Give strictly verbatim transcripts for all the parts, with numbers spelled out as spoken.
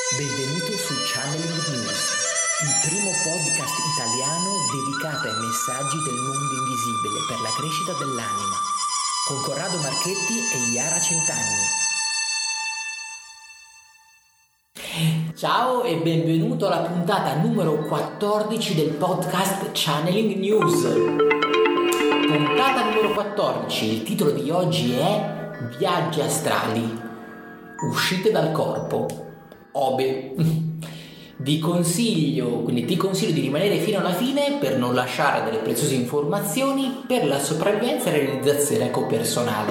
Benvenuto su Channeling News, il primo podcast italiano dedicato ai messaggi del mondo invisibile per la crescita dell'anima, con Corrado Marchetti e Yara Centanni. Ciao e benvenuto alla puntata numero quattordici del podcast Channeling News. Puntata numero quattordici, il titolo di oggi è Viaggi astrali, uscite dal corpo. Obe. Vi consiglio, quindi ti consiglio di rimanere fino alla fine per non lasciare delle preziose informazioni per la sopravvivenza e realizzazione ecco personale.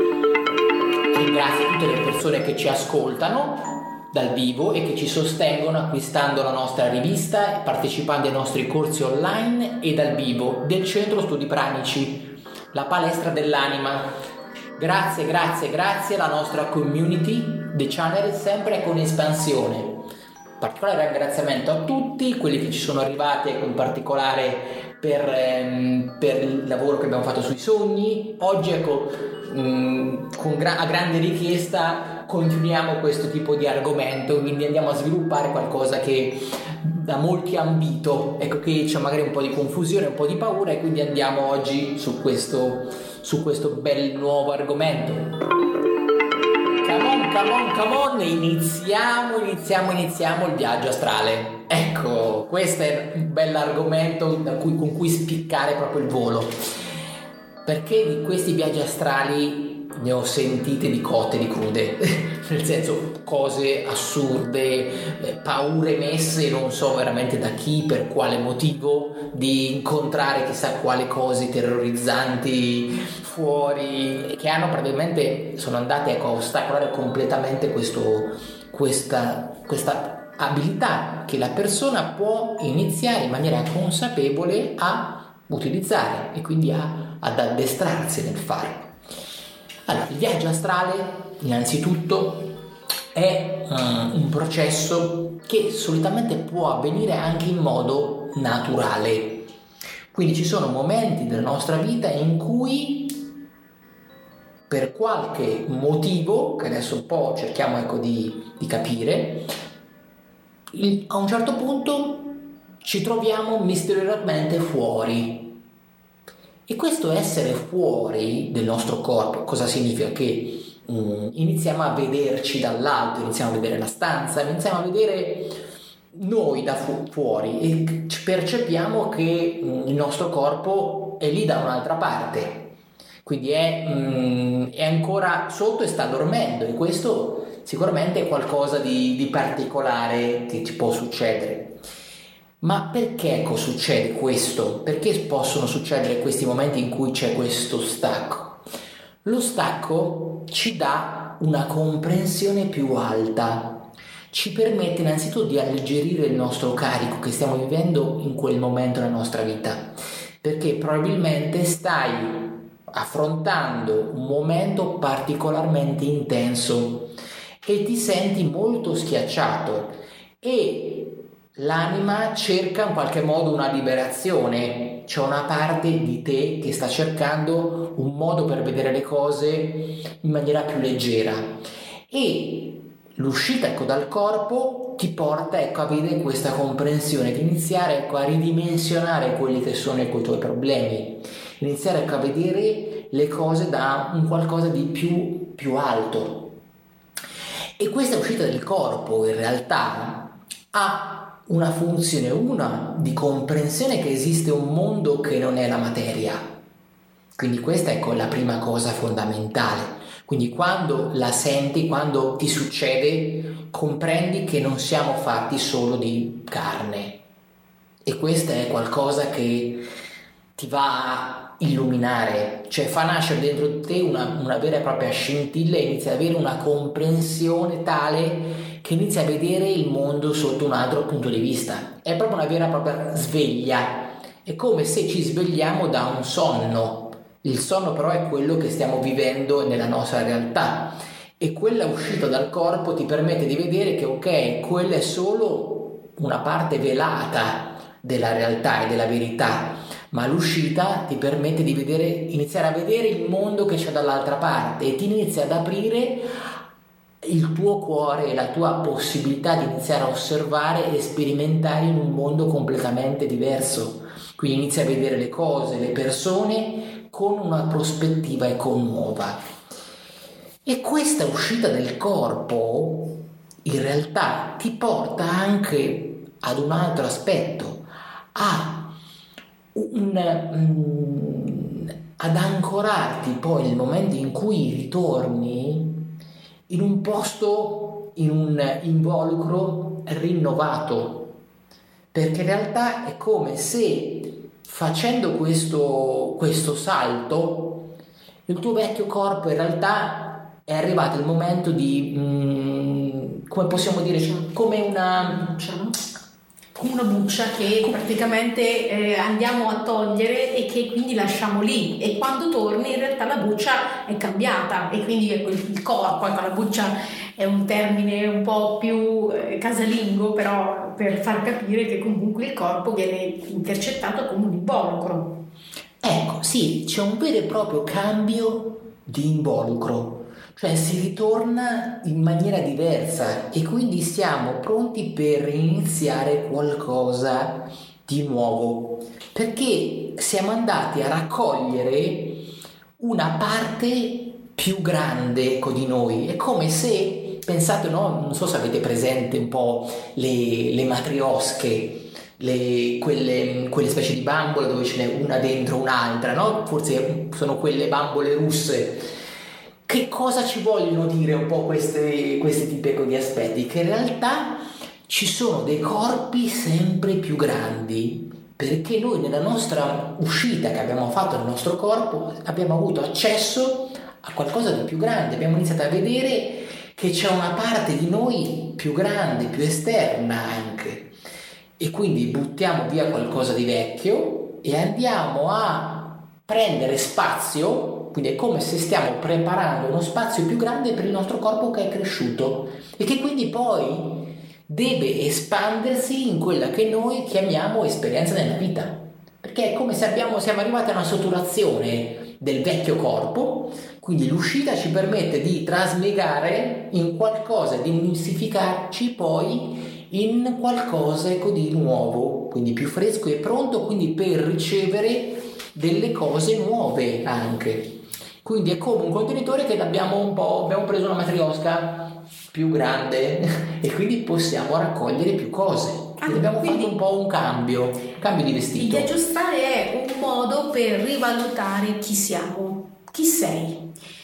Ringrazio tutte le persone che ci ascoltano dal vivo e che ci sostengono acquistando la nostra rivista, partecipando ai nostri corsi online e dal vivo del Centro Studi Pranici, la palestra dell'anima. Grazie, grazie, grazie alla nostra community, The Channel sempre con espansione. Particolare ringraziamento a tutti quelli che ci sono arrivati, ecco, in particolare per, ehm, per il lavoro che abbiamo fatto sui sogni. Oggi ecco, mh, con gra- a grande richiesta continuiamo questo tipo di argomento, quindi andiamo a sviluppare qualcosa che da molti ambito, ecco, che c'è magari un po' di confusione, un po' di paura, e quindi andiamo oggi su questo, su questo bel nuovo argomento. Come on, come on, come on, iniziamo, iniziamo, iniziamo il viaggio astrale. Ecco, questo è un bell'argomento da cui, con cui spiccare proprio il volo. Perché di questi viaggi astrali ne ho sentite di cotte e di crude, nel senso cose assurde, eh, paure messe non so veramente da chi, per quale motivo, di incontrare chissà quale cose terrorizzanti fuori, che hanno probabilmente sono andate ecco, a ostacolare completamente questo, questa, questa abilità che la persona può iniziare in maniera consapevole a utilizzare e quindi a, ad addestrarsi nel fare. Allora, il viaggio astrale innanzitutto è um, un processo che solitamente può avvenire anche in modo naturale. Quindi ci sono momenti della nostra vita in cui per qualche motivo, che adesso un po' cerchiamo ecco, di, di capire, il, a un certo punto ci troviamo misteriosamente fuori. E questo essere fuori del nostro corpo cosa significa? Che um, iniziamo a vederci dall'alto, iniziamo a vedere la stanza, iniziamo a vedere noi da fu- fuori e percepiamo che um, il nostro corpo è lì da un'altra parte, quindi è, um, è ancora sotto e sta dormendo, e questo sicuramente è qualcosa di, di particolare che ci può succedere. Ma perché ecco, succede questo? Perché possono succedere questi momenti in cui c'è questo stacco? Lo stacco ci dà una comprensione più alta, ci permette innanzitutto di alleggerire il nostro carico che stiamo vivendo in quel momento della nostra vita, perché probabilmente stai affrontando un momento particolarmente intenso e ti senti molto schiacciato e l'anima cerca in qualche modo una liberazione, c'è una parte di te che sta cercando un modo per vedere le cose in maniera più leggera, e l'uscita ecco, dal corpo ti porta ecco, a vedere questa comprensione, di iniziare ecco, a ridimensionare quelli che sono ecco, i tuoi problemi, iniziare ecco, a vedere le cose da un qualcosa di più, più alto. E questa uscita del corpo in realtà ha una funzione, una di comprensione che esiste un mondo che non è la materia. Quindi questa ecco, è la prima cosa fondamentale. Quindi quando la senti, quando ti succede, comprendi che non siamo fatti solo di carne, e questo è qualcosa che ti va a illuminare, cioè fa nascere dentro di te una, una vera e propria scintilla, e inizi ad avere una comprensione tale che inizia a vedere il mondo sotto un altro punto di vista. È proprio una vera e propria sveglia, è come se ci svegliamo da un sonno. Il sonno però è quello che stiamo vivendo nella nostra realtà, e quella uscita dal corpo ti permette di vedere che ok, quella è solo una parte velata della realtà e della verità, ma l'uscita ti permette di vedere, iniziare a vedere il mondo che c'è dall'altra parte, e ti inizia ad aprire il tuo cuore e la tua possibilità di iniziare a osservare e sperimentare in un mondo completamente diverso. Quindi inizi a vedere le cose, le persone con una prospettiva ecco nuova. E questa uscita del corpo in realtà ti porta anche ad un altro aspetto, a un, um, ad ancorarti poi nel momento in cui ritorni in un posto, in un involucro rinnovato, perché in realtà è come se facendo questo, questo salto il tuo vecchio corpo in realtà è arrivato il momento di mm, come possiamo dire, come una come una buccia che praticamente eh, andiamo a togliere e che quindi lasciamo lì, e quando torni in realtà la buccia è cambiata, e quindi ecco, il, il corpo, ecco, la buccia è un termine un po' più eh, casalingo, però per far capire che comunque il corpo viene intercettato come un involucro. Ecco, sì, c'è un vero e proprio cambio di involucro, cioè si ritorna in maniera diversa e quindi siamo pronti per iniziare qualcosa di nuovo, perché siamo andati a raccogliere una parte più grande ecco, di noi. È come se, pensate, no? Non so se avete presente un po' le, le matriosche, le, quelle, quelle specie di bambole dove ce n'è una dentro un'altra, no? Forse sono quelle bambole russe. Che cosa ci vogliono dire un po' queste, questi tipi di aspetti? Che in realtà ci sono dei corpi sempre più grandi, perché noi nella nostra uscita che abbiamo fatto nel nostro corpo abbiamo avuto accesso a qualcosa di più grande, abbiamo iniziato a vedere che c'è una parte di noi più grande, più esterna anche, e quindi buttiamo via qualcosa di vecchio e andiamo a prendere spazio. Quindi è come se stiamo preparando uno spazio più grande per il nostro corpo che è cresciuto e che quindi poi deve espandersi in quella che noi chiamiamo esperienza nella vita, perché è come se abbiamo, siamo arrivati a una saturazione del vecchio corpo, quindi l'uscita ci permette di trasmigare in qualcosa, di unificarci poi in qualcosa ecco, di nuovo, quindi più fresco e pronto quindi per ricevere delle cose nuove anche. Quindi è come un contenitore che abbiamo un po', abbiamo preso una matriosca più grande e quindi possiamo raccogliere più cose. Ah, quindi abbiamo quindi fatto un po' un cambio, un cambio di vestito. Il viaggio astrale è un modo per rivalutare chi siamo, chi sei.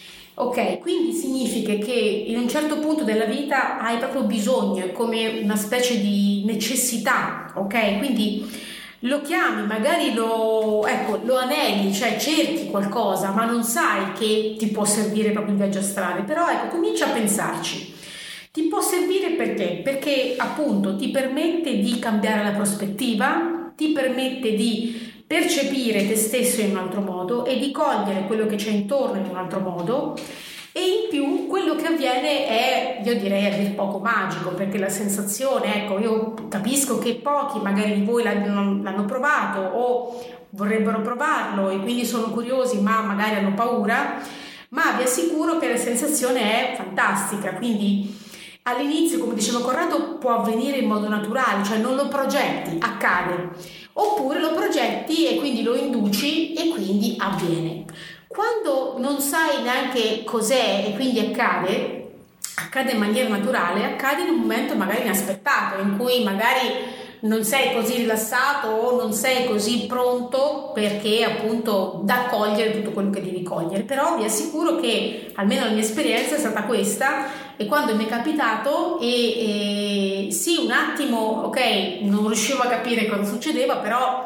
Ok, quindi significa che in un certo punto della vita hai proprio bisogno, è come una specie di necessità, ok? Quindi lo chiami, magari lo, ecco, lo anelli, cioè cerchi qualcosa, ma non sai che ti può servire proprio il viaggio astrale, però ecco, comincia a pensarci. Ti può servire perché? Perché appunto ti permette di cambiare la prospettiva, ti permette di percepire te stesso in un altro modo e di cogliere quello che c'è intorno in un altro modo. E in più quello che avviene è, io direi a dir poco magico, perché la sensazione, ecco, io capisco che pochi magari di voi l'hanno, l'hanno provato o vorrebbero provarlo e quindi sono curiosi ma magari hanno paura, ma vi assicuro che la sensazione è fantastica. Quindi all'inizio, come diceva Corrado, può avvenire in modo naturale, cioè non lo progetti, accade, oppure lo progetti e quindi lo induci e quindi avviene. Quando non sai neanche cos'è e quindi accade, accade in maniera naturale, accade in un momento magari inaspettato, in cui magari non sei così rilassato o non sei così pronto perché appunto da cogliere tutto quello che devi cogliere. Però vi assicuro che almeno la mia esperienza è stata questa, e quando mi è capitato e, e sì, un attimo, ok, non riuscivo a capire cosa succedeva, però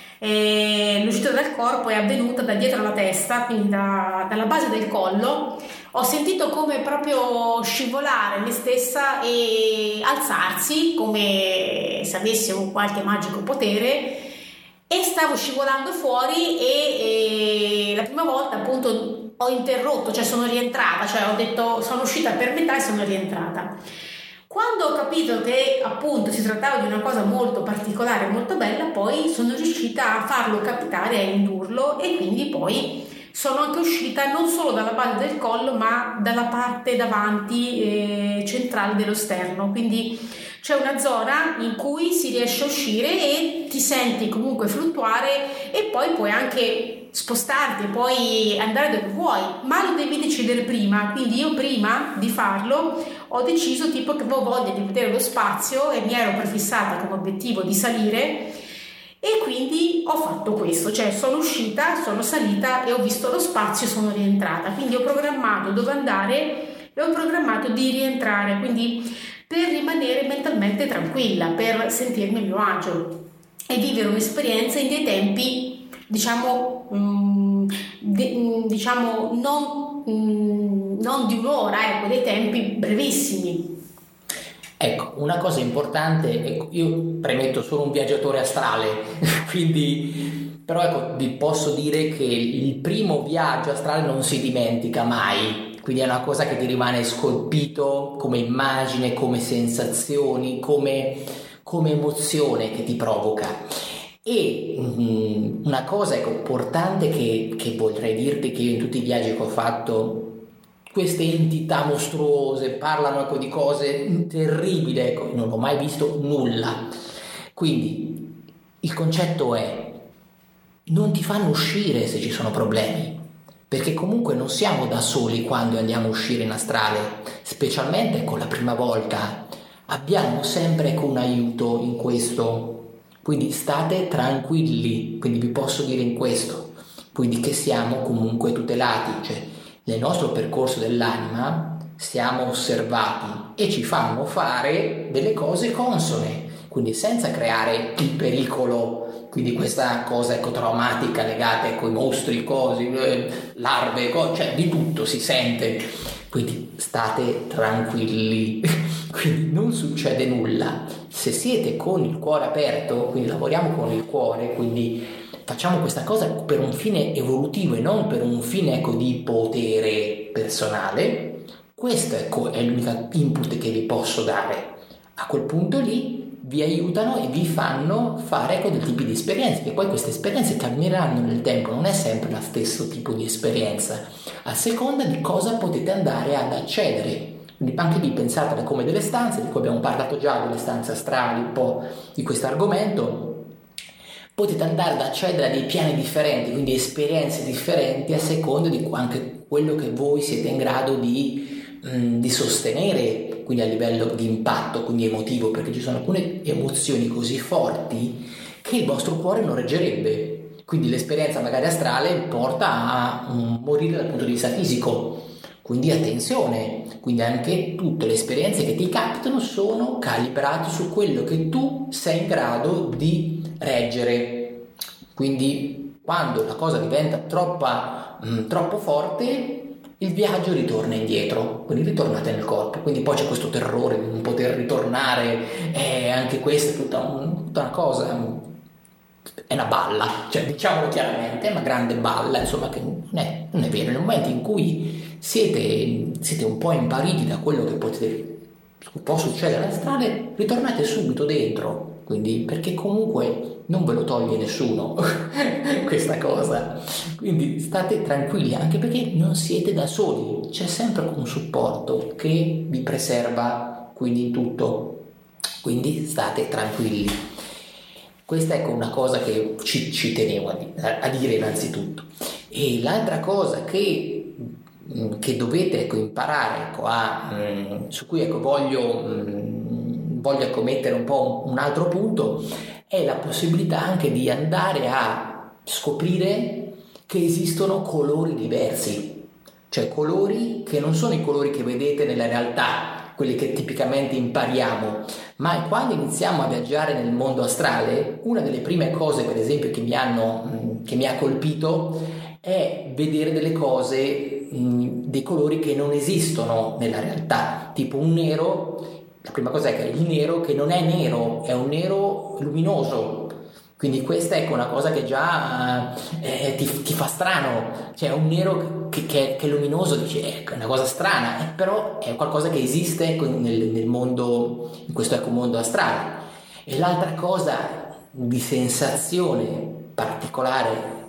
E l'uscita dal corpo è avvenuta da dietro la testa, quindi da, dalla base del collo. Ho sentito come proprio scivolare me stessa e alzarsi come se avessi un qualche magico potere, e stavo scivolando fuori e, e la prima volta appunto ho interrotto, cioè sono rientrata, cioè ho detto sono uscita per metà e sono rientrata. Quando ho capito che appunto si trattava di una cosa molto particolare, molto bella, poi sono riuscita a farlo captare, a indurlo, e quindi poi sono anche uscita non solo dalla base del collo ma dalla parte davanti eh, centrale dello sterno, quindi c'è una zona in cui si riesce a uscire e ti senti comunque fluttuare, e poi puoi anche spostarti, puoi andare dove vuoi, ma lo devi decidere prima. Quindi io prima di farlo ho deciso tipo che avevo voglia di vedere lo spazio e mi ero prefissata come obiettivo di salire, e quindi ho fatto questo, cioè sono uscita, sono salita e ho visto lo spazio, sono rientrata. Quindi ho programmato dove andare e ho programmato di rientrare, quindi per rimanere mentalmente tranquilla, per sentirmi a mio agio e vivere un'esperienza in dei tempi, diciamo, mh, de, diciamo non, mh, non di un'ora, ecco, dei tempi brevissimi. Ecco, una cosa importante, ecco, io premetto sono un viaggiatore astrale, quindi però ecco, vi posso dire che il primo viaggio astrale non si dimentica mai, quindi è una cosa che ti rimane scolpito come immagine, come sensazioni, come, come emozione che ti provoca. E um, una cosa ecco, importante che, che vorrei dirti, che io in tutti i viaggi che ho fatto, queste entità mostruose parlano ecco, di cose terribili, ecco, non ho mai visto nulla. Quindi il concetto è: non ti fanno uscire se ci sono problemi, perché comunque non siamo da soli quando andiamo a uscire in astrale, specialmente con la prima volta. Abbiamo sempre ecco, un aiuto in questo, quindi state tranquilli, quindi vi posso dire in questo, quindi che siamo comunque tutelati, cioè nel nostro percorso dell'anima siamo osservati e ci fanno fare delle cose consone, quindi senza creare il pericolo, quindi questa cosa ecco, traumatica legata ecco, ai mostri, cose, larve, cose, cioè di tutto si sente, quindi state tranquilli, quindi non succede nulla. Se siete con il cuore aperto, quindi lavoriamo con il cuore, quindi facciamo questa cosa per un fine evolutivo e non per un fine ecco, di potere personale, questo ecco, è l'unico input che vi posso dare. A quel punto lì vi aiutano e vi fanno fare ecco, dei tipi di esperienze, che poi queste esperienze cambieranno nel tempo, non è sempre lo stesso tipo di esperienza, a seconda di cosa potete andare ad accedere. Quindi anche lì pensate come delle stanze, di cui abbiamo parlato già, delle stanze astrali, un po' di questo argomento. Potete andare ad accedere a dei piani differenti, quindi esperienze differenti a seconda di anche quello che voi siete in grado di, mh, di sostenere, quindi a livello di impatto, quindi emotivo, perché ci sono alcune emozioni così forti che il vostro cuore non reggerebbe. Quindi l'esperienza magari astrale porta a um, morire dal punto di vista fisico. Quindi attenzione, quindi anche tutte le esperienze che ti capitano sono calibrate su quello che tu sei in grado di reggere. Quindi quando la cosa diventa troppa, mh, troppo forte, il viaggio ritorna indietro, quindi ritornate nel corpo. Quindi poi c'è questo terrore di non poter ritornare, e anche questa è tutta, un, tutta una cosa, è una balla, cioè diciamolo chiaramente, è una grande balla, insomma, che non è, non è vero. Nel momento in cui siete, siete un po' impariti da quello che potete, può succedere alla strada, ritornate subito dentro, quindi perché comunque non ve lo toglie nessuno questa cosa, quindi state tranquilli, anche perché non siete da soli, c'è sempre un supporto che vi preserva, quindi in tutto, quindi state tranquilli. Questa è una cosa che ci, ci tenevo a, a dire innanzitutto. E l'altra cosa che, che dovete ecco, imparare ecco, a, mh, su cui ecco, voglio, mh, voglio ecco, mettere un po' un, un altro punto, è la possibilità anche di andare a scoprire che esistono colori diversi, cioè colori che non sono i colori che vedete nella realtà, quelli che tipicamente impariamo, ma quando iniziamo a viaggiare nel mondo astrale, una delle prime cose per esempio che mi hanno che mi ha colpito è vedere delle cose, dei colori che non esistono nella realtà, tipo un nero. La prima cosa è che il nero che non è nero, è un nero luminoso. Quindi questa è una cosa che già eh, ti, ti fa strano, cioè un nero che, che, che è luminoso, dici è una cosa strana, eh, però è qualcosa che esiste nel, nel mondo, in questo ecco mondo astrale. E l'altra cosa di sensazione particolare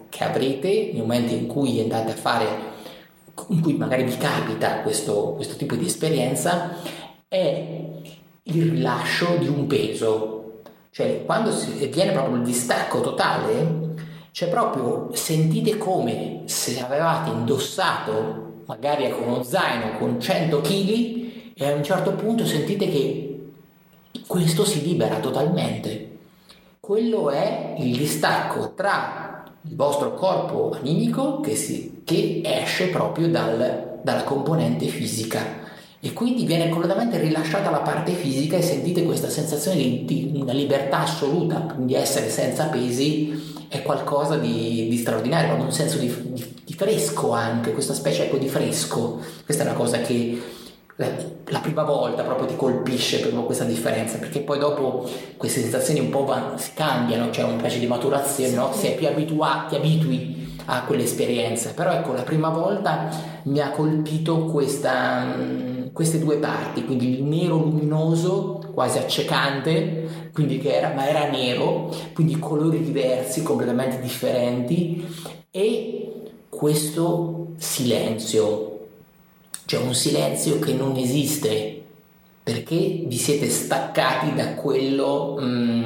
che avrete nel momento in cui andate a fare, in cui magari vi capita questo, questo tipo di esperienza, è il rilascio di un peso. Cioè quando si, viene proprio il distacco totale, cioè proprio sentite come se avevate indossato magari con uno zaino con cento chili e a un certo punto sentite che questo si libera totalmente. Quello è il distacco tra il vostro corpo animico che, si, che esce proprio dal, dalla componente fisica, e quindi viene completamente rilasciata la parte fisica e sentite questa sensazione di, di una libertà assoluta, di essere senza pesi. È qualcosa di, di straordinario, con un senso di, di, di fresco anche, questa specie ecco di fresco. Questa è una cosa che la, la prima volta proprio ti colpisce per questa differenza, perché poi dopo queste sensazioni un po' van, si cambiano, c'è un specie di maturazione, no? Si è più abituati, ti abitui a quell'esperienza. Però ecco, la prima volta mi ha colpito questa, queste due parti, quindi il nero luminoso, quasi accecante, quindi che era, ma era nero, quindi colori diversi, completamente differenti, e questo silenzio, cioè un silenzio che non esiste, perché vi siete staccati da quello,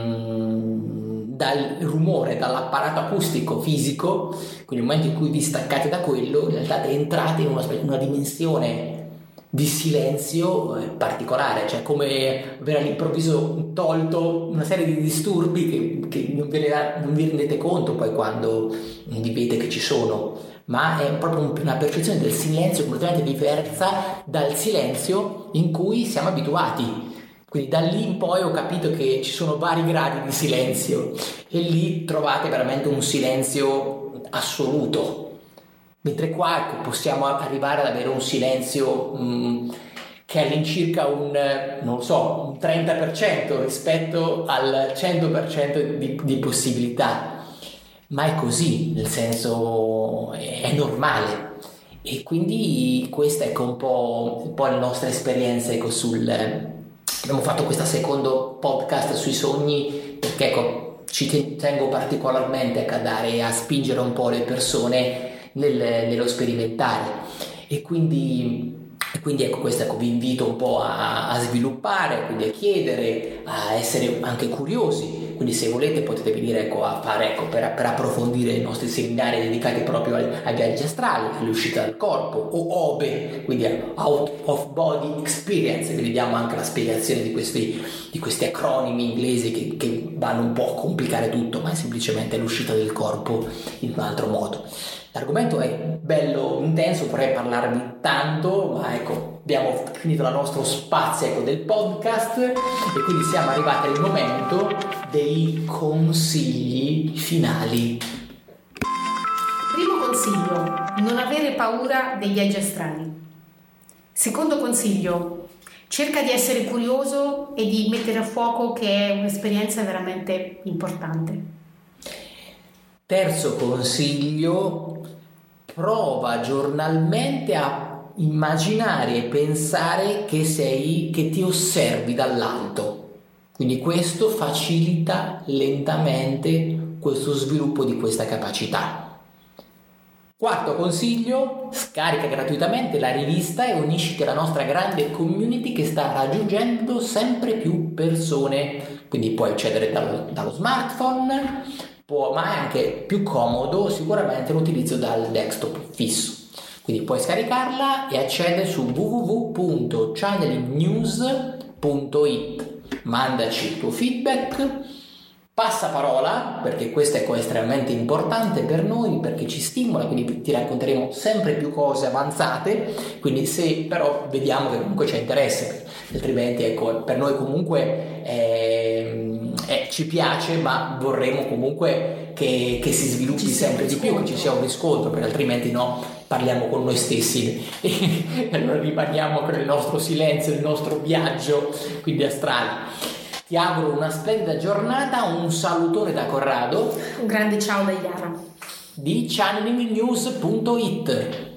mh, dal rumore, dall'apparato acustico fisico. Quindi nel momento in cui vi staccate da quello, in realtà entrate in una, una dimensione di silenzio particolare, cioè come avere all'improvviso tolto una serie di disturbi che, che non, ve ne, non vi rendete conto poi quando vivete che ci sono, ma è proprio una percezione del silenzio completamente diversa dal silenzio in cui siamo abituati. Quindi da lì in poi ho capito che ci sono vari gradi di silenzio e lì trovate veramente un silenzio assoluto. Mentre qua possiamo arrivare ad avere un silenzio mh, che è all'incirca un, non so, un trenta per cento rispetto al cento per cento di, di possibilità. Ma è così, nel senso è, è normale. E quindi questa è un po', un po' la nostra esperienza, ecco, sul... Abbiamo fatto questo secondo podcast sui sogni perché, ecco, ci tengo particolarmente a dare, a spingere un po' le persone Nel, nello sperimentare, e quindi, e quindi ecco questo ecco, vi invito un po' a, a sviluppare, quindi a chiedere, a essere anche curiosi. Quindi se volete potete venire ecco, a fare ecco, per, per approfondire i nostri seminari dedicati proprio ai, ai viaggi astrali, all'uscita dal corpo, o O B E, quindi Out of Body Experience. Vi diamo anche la spiegazione di questi, di questi acronimi inglesi che, che vanno un po' a complicare tutto, ma è semplicemente l'uscita del corpo in un altro modo. L'argomento è bello intenso, vorrei parlarvi tanto, ma ecco, abbiamo finito il nostro spazio ecco, del podcast, e quindi siamo arrivati al momento dei consigli finali. Primo consiglio: non avere paura dei viaggi astrali. Secondo consiglio: cerca di essere curioso e di mettere a fuoco che è un'esperienza veramente importante. Terzo consiglio: prova giornalmente a immaginare e pensare che sei, che ti osservi dall'alto. Quindi questo facilita lentamente questo sviluppo di questa capacità. Quarto consiglio: scarica gratuitamente la rivista e unisciti alla nostra grande community che sta raggiungendo sempre più persone. Quindi puoi accedere dallo, dallo smartphone, può, ma è anche più comodo sicuramente l'utilizzo dal desktop fisso. Quindi puoi scaricarla e accedere su w w w punto channeling news punto i t. Mandaci il tuo feedback, passa parola, perché questo è estremamente importante per noi, perché ci stimola, quindi ti racconteremo sempre più cose avanzate. Quindi se però vediamo che comunque c'è interesse, altrimenti ecco, per noi comunque eh, eh, ci piace, ma vorremmo comunque che, che si sviluppi ci sempre di più, che ci sia un riscontro, perché altrimenti no, parliamo con noi stessi e allora rimaniamo con il nostro silenzio, il nostro viaggio quindi astrale. Ti auguro una splendida giornata, un salutone da Corrado, un grande ciao da Iara di channeling news punto i t.